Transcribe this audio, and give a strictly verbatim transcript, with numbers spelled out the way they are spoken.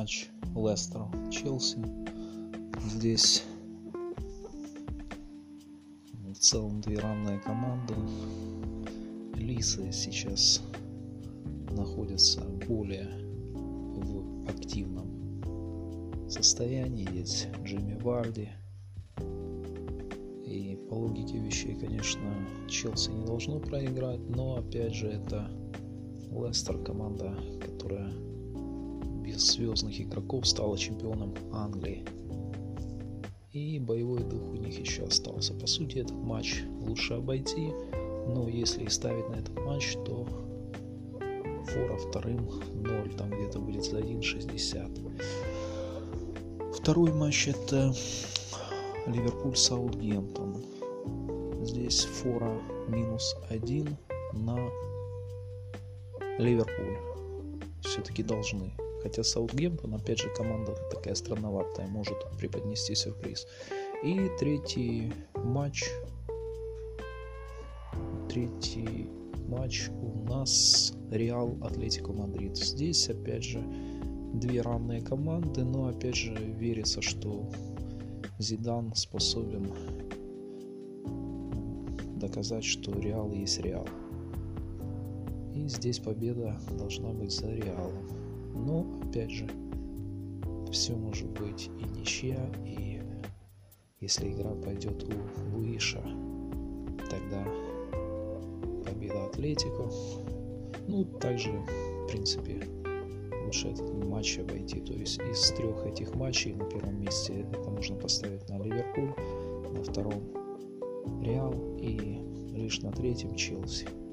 матч Лестер-Челси. Здесь в целом две равные команды. Лисы сейчас находятся более в активном состоянии. Есть Джимми Варди. И по логике вещей, конечно, Челси не должно проиграть, но опять же это Лестер, команда, которая без звездных игроков стала чемпионом Англии. И боевой дух у них еще остался. По сути, этот матч лучше обойти, но если и ставить на этот матч, то фора вторым ноль, там где-то будет за один шестьдесят. Второй матч — это Ливерпуль-Саутгемптон. Здесь фора минус один на Ливерпуль. Все-таки должны. Хотя Саутгемптон, опять же, команда такая странноватая, может преподнести сюрприз. И третий матч. Третий матч у нас Реал Атлетико Мадрид. Здесь, опять же, две равные команды, но, опять же, верится, что Зидан способен доказать, что Реал есть Реал. И здесь победа должна быть за Реалом. Но, опять же, все может быть и ничья, и если игра пойдет у Луиша, тогда победа Атлетико. Ну, также, в принципе, лучше этот матч обойти. То есть из трех этих матчей на первом месте это можно поставить на Ливерпуль, на втором Реал и лишь на третьем Челси.